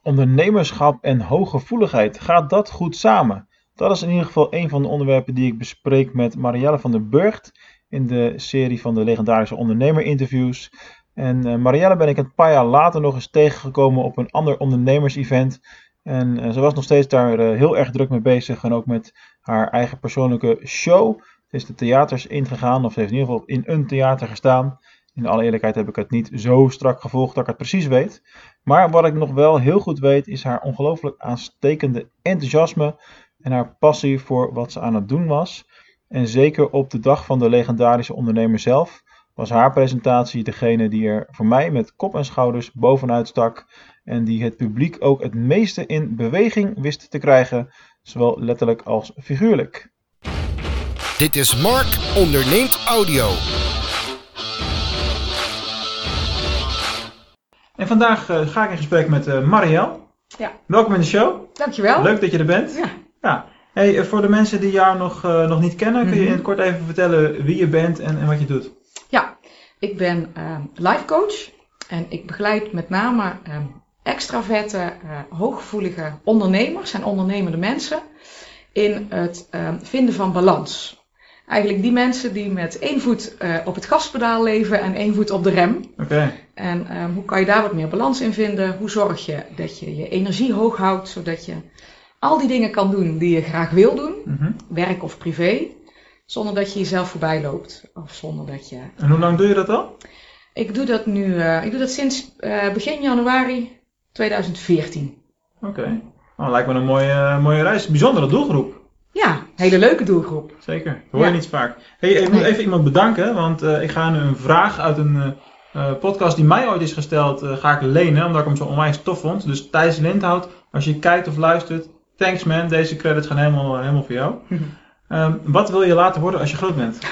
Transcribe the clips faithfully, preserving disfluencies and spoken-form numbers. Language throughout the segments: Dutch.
Ondernemerschap en hooggevoeligheid, gaat dat goed samen? Dat is in ieder geval een van de onderwerpen die ik bespreek met Marielle van der Burgt in de serie van de legendarische ondernemer-interviews. En uh, Marielle ben ik een paar jaar later nog eens tegengekomen op een ander ondernemers-event. En uh, ze was nog steeds daar uh, heel erg druk mee bezig en ook met haar eigen persoonlijke show. Ze is de theaters ingegaan, of ze heeft in ieder geval in een theater gestaan. In alle eerlijkheid heb ik het niet zo strak gevolgd dat ik het precies weet. Maar wat ik nog wel heel goed weet is haar ongelooflijk aanstekende enthousiasme en haar passie voor wat ze aan het doen was. En zeker op de dag van de legendarische ondernemer zelf was haar presentatie degene die er voor mij met kop en schouders bovenuit stak. En die het publiek ook het meeste in beweging wist te krijgen, zowel letterlijk als figuurlijk. Dit is Mark Onderneemt Audio. En vandaag uh, ga ik in gesprek met uh, Marielle. Ja. Welkom in de show. Dankjewel. Leuk dat je er bent. Ja. Ja. Hey, uh, voor de mensen die jou nog, uh, nog niet kennen, kun je in het kort even vertellen wie je bent en, en wat je doet? Ja, ik ben uh, life coach en ik begeleid met name uh, extraverte, uh, hooggevoelige ondernemers en ondernemende mensen in het uh, vinden van balans. Eigenlijk die mensen die met één voet uh, op het gaspedaal leven en één voet op de rem. Oké. Okay. En um, hoe kan je daar wat meer balans in vinden? Hoe zorg je dat je je energie hoog houdt, zodat je al die dingen kan doen die je graag wil doen, Mm-hmm. werk of privé, zonder dat je jezelf voorbij loopt. Of zonder dat je... En hoe lang doe je dat al? Ik doe dat nu, uh, ik doe dat sinds uh, begin januari tweeduizend veertien. Oké. Okay. Oh, lijkt me een mooie, uh, mooie reis. Bijzondere doelgroep. Ja, hele leuke doelgroep. Zeker, dat hoor je ja. niet vaak. Hey, ik moet nee. even iemand bedanken, want uh, ik ga nu een vraag uit een uh, uh, podcast die mij ooit is gesteld, uh, ga ik lenen, omdat ik hem zo onwijs tof vond. Dus Thijs Lindhout, als je kijkt of luistert, thanks man, deze credits gaan helemaal, uh, helemaal voor jou. Mm-hmm. Um, wat wil je later worden als je groot bent?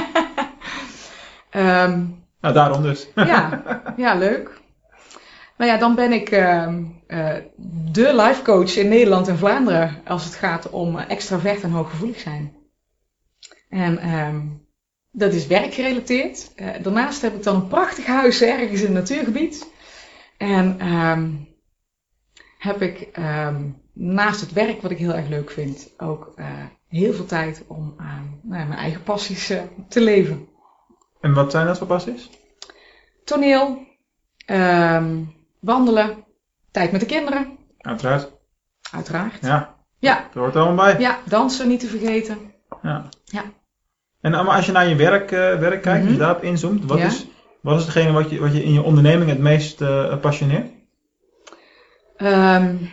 um, nou, daarom dus. ja, ja, leuk. Nou ja, dan ben ik uh, uh, de life coach in Nederland en Vlaanderen als het gaat om extravert en hooggevoelig zijn. En um, dat is werkgerelateerd. Uh, daarnaast heb ik dan een prachtig huis ergens in het natuurgebied. En um, heb ik um, naast het werk, wat ik heel erg leuk vind, ook uh, heel veel tijd om uh, nou ja, mijn eigen passies uh, te leven. En wat zijn dat voor passies? Toneel, um, wandelen, tijd met de kinderen. Uiteraard. Uiteraard. Ja, ja. Dat hoort er allemaal bij. Ja, dansen niet te vergeten. Ja. ja. En maar als je naar je werk, uh, werk kijkt, mm-hmm. als je daarop inzoomt, wat, ja. is, wat is hetgene wat je, wat je in je onderneming het meest uh, passioneert? Um,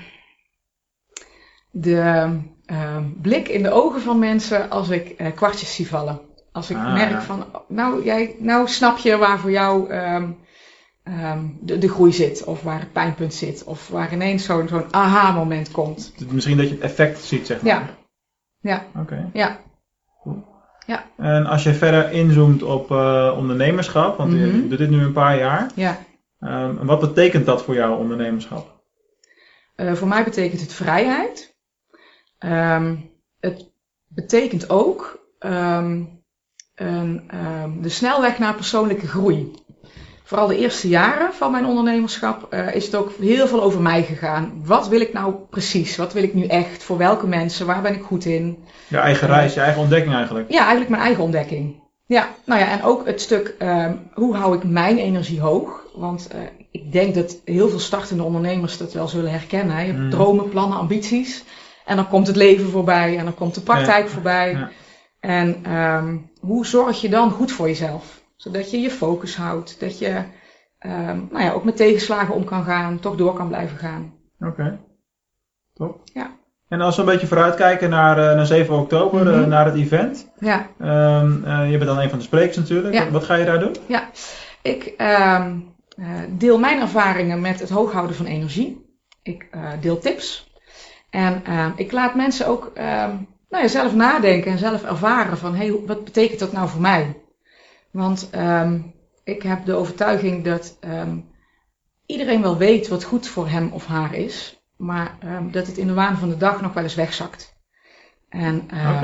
de uh, blik in de ogen van mensen als ik uh, kwartjes zie vallen. Als ik ah, merk ja. van, nou, jij, nou snap je waar voor jou um, um, de, de groei zit. Of waar het pijnpunt zit. Of waar ineens zo'n, zo'n aha moment komt. Misschien dat je het effect ziet, zeg maar. Ja. Ja. Oké. Okay. Ja. Cool. Ja. En als je verder inzoomt op uh, ondernemerschap, want mm-hmm. je doet dit nu een paar jaar. Ja. Um, wat betekent dat voor jou, ondernemerschap? Uh, voor mij betekent het vrijheid. Um, het betekent ook um, een, um, de snelweg naar persoonlijke groei. Vooral de eerste jaren van mijn ondernemerschap uh, is het ook heel veel over mij gegaan. Wat wil ik nou precies? Wat wil ik nu echt? Voor welke mensen? Waar ben ik goed in? Je eigen uh, reis, je eigen ontdekking eigenlijk. Ja, eigenlijk mijn eigen ontdekking. Ja, nou ja, en ook het stuk, um, hoe hou ik mijn energie hoog? Want uh, ik denk dat heel veel startende ondernemers dat wel zullen herkennen. Hè? Je hebt mm. dromen, plannen, ambities. En dan komt het leven voorbij en dan komt de praktijk ja. voorbij. Ja. En um, hoe zorg je dan goed voor jezelf? Zodat je je focus houdt. Dat je um, nou ja, ook met tegenslagen om kan gaan. Toch door kan blijven gaan. Oké. Okay. Top. Ja. En als we een beetje vooruitkijken naar, uh, naar zeven oktober, mm-hmm. uh, naar het event. Ja. Um, uh, je bent dan een van de sprekers natuurlijk. Ja. Wat, wat ga je daar doen? Ja. Ik um, uh, deel mijn ervaringen met het hooghouden van energie. Ik uh, deel tips. En uh, ik laat mensen ook uh, nou ja, zelf nadenken en zelf ervaren van, hé, hey, wat betekent dat nou voor mij? Want um, ik heb de overtuiging dat um, iedereen wel weet wat goed voor hem of haar is, maar um, dat het in de waan van de dag nog wel eens wegzakt. En uh, okay.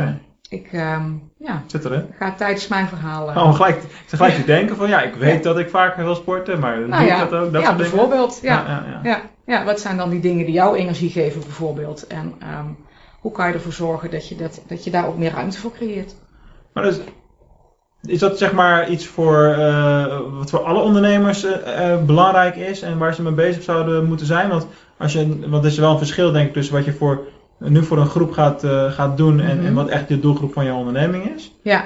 ik um, ja, Zit erin? ga tijdens mijn verhaal... Uh, oh, gelijk, gelijk te denken van ja, ik weet ja. dat ik vaker wil sporten, maar nou, doe ja, ik dat ook? Dat ja, bijvoorbeeld. Ja. Ja, ja, ja. Ja, ja, wat zijn dan die dingen die jou energie geven bijvoorbeeld? En um, hoe kan je ervoor zorgen dat je, dat, dat je daar ook meer ruimte voor creëert? Maar dus, is dat zeg maar iets voor, uh, wat voor alle ondernemers uh, uh, belangrijk is en waar ze mee bezig zouden moeten zijn? Want, als je, want er is wel een verschil denk ik tussen wat je voor, nu voor een groep gaat, uh, gaat doen en, mm-hmm. en wat echt de doelgroep van je onderneming is. Ja,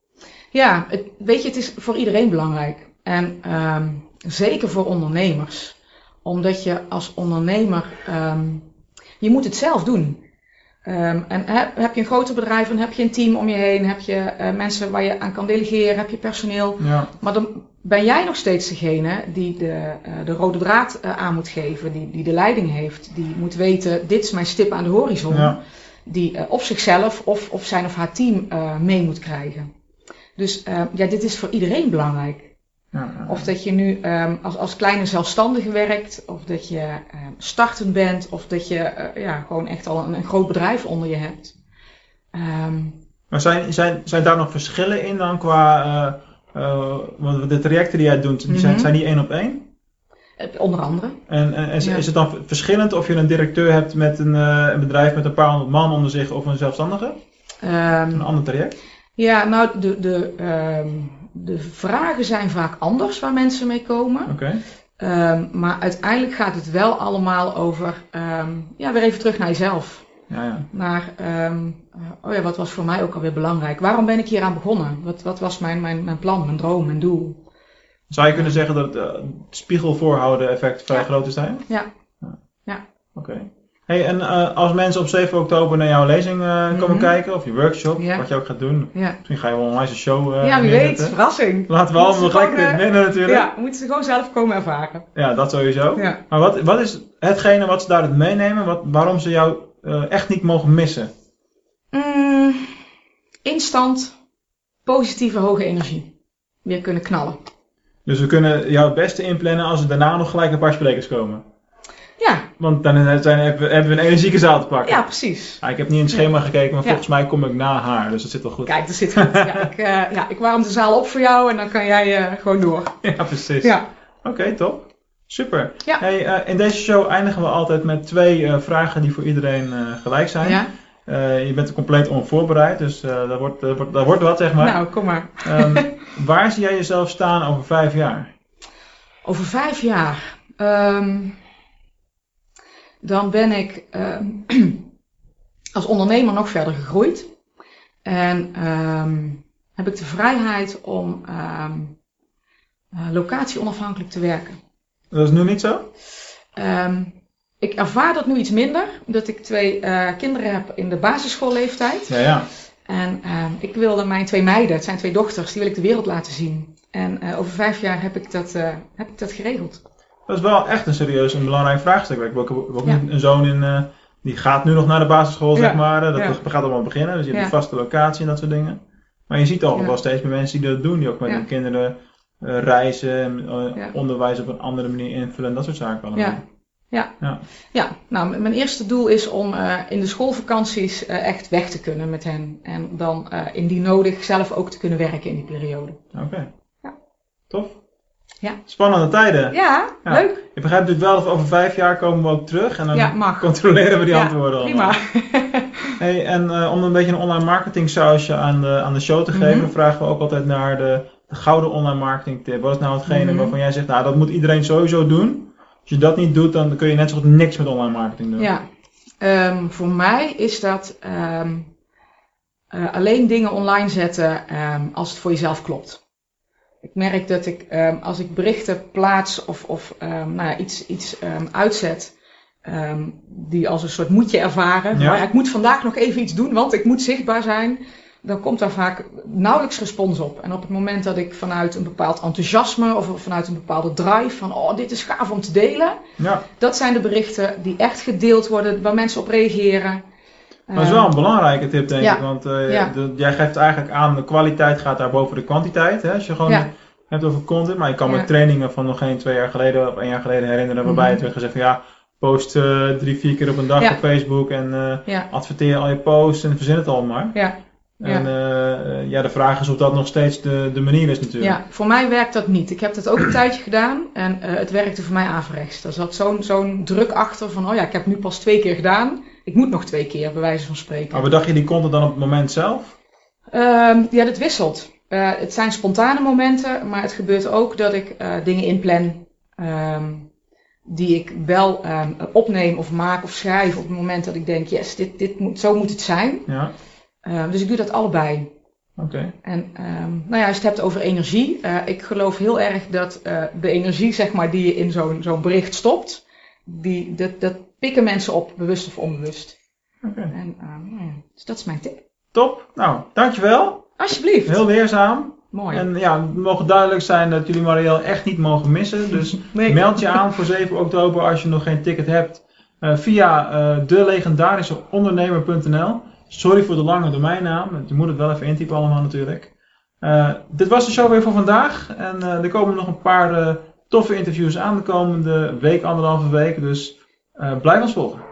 ja het, weet je, het is voor iedereen belangrijk. En um, zeker voor ondernemers. Omdat je als ondernemer, um, je moet het zelf doen. Um, en heb, heb je een groter bedrijf, dan heb je een team om je heen, heb je uh, mensen waar je aan kan delegeren, heb je personeel. Ja. Maar dan ben jij nog steeds degene die de, uh, de rode draad uh, aan moet geven, die, die de leiding heeft, die moet weten, dit is mijn stip aan de horizon, ja. die uh, of zichzelf of, of zijn of haar team uh, mee moet krijgen. Dus uh, ja, dit is voor iedereen belangrijk. Ja, ja, ja. Of dat je nu um, als, als kleine zelfstandige werkt, of dat je uh, startend bent, of dat je uh, ja, gewoon echt al een, een groot bedrijf onder je hebt. Um, maar zijn, zijn, zijn daar nog verschillen in dan qua, uh, uh, want de trajecten die jij doet, die mm-hmm. zijn, zijn die één op één? Onder andere. En, en is, ja. is het dan verschillend of je een directeur hebt met een, uh, een bedrijf met een paar honderd man onder zich of een zelfstandige? Um, een ander traject? Ja, nou de... de um, De vragen zijn vaak anders waar mensen mee komen. Okay. Um, maar uiteindelijk gaat het wel allemaal over, um, ja, weer even terug naar jezelf. Ja, ja. Naar, um, uh, oh ja, wat was voor mij ook alweer belangrijk? Waarom ben ik hier aan begonnen? Wat, wat was mijn, mijn, mijn plan, mijn droom, mijn doel? Zou je kunnen zeggen dat het uh, spiegel voorhouden effect vrij ja. groot is daarin? Ja. ja. ja. Oké. Okay. Hey, en uh, als mensen op zeven oktober naar jouw lezing uh, komen mm-hmm. kijken, of je workshop, ja. wat je ook gaat doen. Ja. Misschien ga je wel online een show uh, Ja, wie neerzetten. weet, verrassing. Laten we allemaal gelijk dit midden natuurlijk. Ja, moeten ze gewoon zelf komen ervaren. Ja, dat sowieso. Ja. Maar wat, wat is hetgene wat ze daaruit meenemen, wat, waarom ze jou uh, echt niet mogen missen? Mm, instant, positieve, hoge energie. Weer kunnen knallen. Dus we kunnen jou het beste inplannen als er daarna nog gelijk een paar sprekers komen. Ja. Want dan zijn, hebben we een energieke zaal te pakken. Ja, precies. Ja, ik heb niet in het schema ja. gekeken, maar ja. volgens mij kom ik na haar, dus dat zit wel goed. Kijk, dat zit goed. ja, ik, uh, ja, ik warm de zaal op voor jou en dan kan jij uh, gewoon door. Ja, precies. Ja. Oké, okay, top. Super. Ja. Hey, uh, in deze show eindigen we altijd met twee uh, vragen die voor iedereen uh, gelijk zijn. Ja. Uh, je bent compleet onvoorbereid, dus uh, dat, wordt, uh, wordt, dat wordt wat, zeg maar. Nou, kom maar. um, waar zie jij jezelf staan over vijf jaar? Over vijf jaar? Um, dan ben ik um, als ondernemer nog verder gegroeid. En um, heb ik de vrijheid om um, uh, locatie onafhankelijk te werken. Dat is nu niet zo? Um, ik ervaar dat nu iets minder, omdat ik twee uh, kinderen heb in de basisschoolleeftijd. Ja, ja. En uh, ik wilde mijn twee meiden, het zijn twee dochters, die wil ik de wereld laten zien. En uh, over vijf jaar heb ik dat, uh, heb ik dat geregeld. Dat is wel echt een serieus en belangrijk vraagstuk. Ik heb ook, ook ja. een zoon in, uh, die gaat nu nog naar de basisschool, zeg ja. maar. Dat ja. gaat allemaal beginnen, dus je hebt ja. een vaste locatie en dat soort dingen. Maar je ziet al ja. wel steeds meer mensen die dat doen, die ook met ja. hun kinderen uh, reizen, uh, ja. onderwijs op een andere manier invullen en dat soort zaken allemaal. Ja. Ja. Ja. ja, nou mijn eerste doel is om uh, in de schoolvakanties uh, echt weg te kunnen met hen. En dan uh, indien nodig zelf ook te kunnen werken in die periode. Oké. Okay. Ja. Tof. Ja. Spannende tijden. Ja, ja, leuk. Ik begrijp natuurlijk wel dat over vijf jaar komen we ook terug en dan ja, controleren we die ja, antwoorden allemaal. Prima. Hey, en uh, om een beetje een online marketing sausje aan de, aan de show te geven, mm-hmm. vragen we ook altijd naar de, de gouden online marketing tip. Wat is nou hetgene mm-hmm. waarvan jij zegt, nou dat moet iedereen sowieso doen. Als je dat niet doet, dan kun je net zo goed niks met online marketing doen. Ja, um, voor mij is dat um, uh, alleen dingen online zetten um, als het voor jezelf klopt. Ik merk dat ik, um, als ik berichten plaats of, of um, nou ja, iets, iets um, uitzet, um, die als een soort moetje ervaren. Ja. Maar ik moet vandaag nog even iets doen, want ik moet zichtbaar zijn. Dan komt daar vaak nauwelijks respons op. En op het moment dat ik vanuit een bepaald enthousiasme of vanuit een bepaalde drive van oh, dit is gaaf om te delen. Ja. Dat zijn de berichten die echt gedeeld worden, waar mensen op reageren. Dat is wel een belangrijke tip, denk ja. ik. Want uh, ja. de, jij geeft eigenlijk aan, de kwaliteit gaat daar boven de kwantiteit. Hè? Als je gewoon ja. hebt over content. Maar je kan ja. met trainingen van nog geen twee jaar geleden of één jaar geleden herinneren. Waarbij mm-hmm. het werd gezegd van ja, post uh, drie, vier keer op een dag ja. op Facebook. En uh, ja. adverteer al je posts en verzin het allemaal maar. Ja. En uh, ja, de vraag is of dat nog steeds de, de manier is natuurlijk. Ja, voor mij werkt dat niet. Ik heb dat ook een tijdje gedaan en uh, het werkte voor mij averechts. Er zat zo'n, zo'n druk achter van, oh ja, ik heb nu pas twee keer gedaan. Ik moet nog twee keer, bij wijze van spreken. Maar bedacht je die content dan op het moment zelf? Uh, ja, dat wisselt. Uh, het zijn spontane momenten, maar het gebeurt ook dat ik uh, dingen inplan um, die ik wel um, opneem of maak of schrijf op het moment dat ik denk, yes, dit, dit moet, zo moet het zijn. Ja. Uh, dus ik doe dat allebei. Oké. Okay. En um, nou ja, als je het hebt over energie, uh, ik geloof heel erg dat uh, de energie, zeg maar, die je in zo'n, zo'n bericht stopt, die, dat, dat pikken mensen op, bewust of onbewust. Oké. Okay. En uh, nou ja, dus dat is mijn tip. Top. Nou, dankjewel. Alsjeblieft. Heel leerzaam. Mooi. En ja, het mogen duidelijk zijn dat jullie Marielle echt niet mogen missen. Dus nee. Meld je aan voor zeven oktober als je nog geen ticket hebt. Uh, via uh, de legendarische ondernemer punt n l. Sorry voor de lange domeinnaam. Je moet het wel even intypen allemaal natuurlijk. Uh, dit was de show weer voor vandaag. En uh, er komen nog een paar uh, toffe interviews aan de komende week, anderhalve week. Dus uh, blijf ons volgen.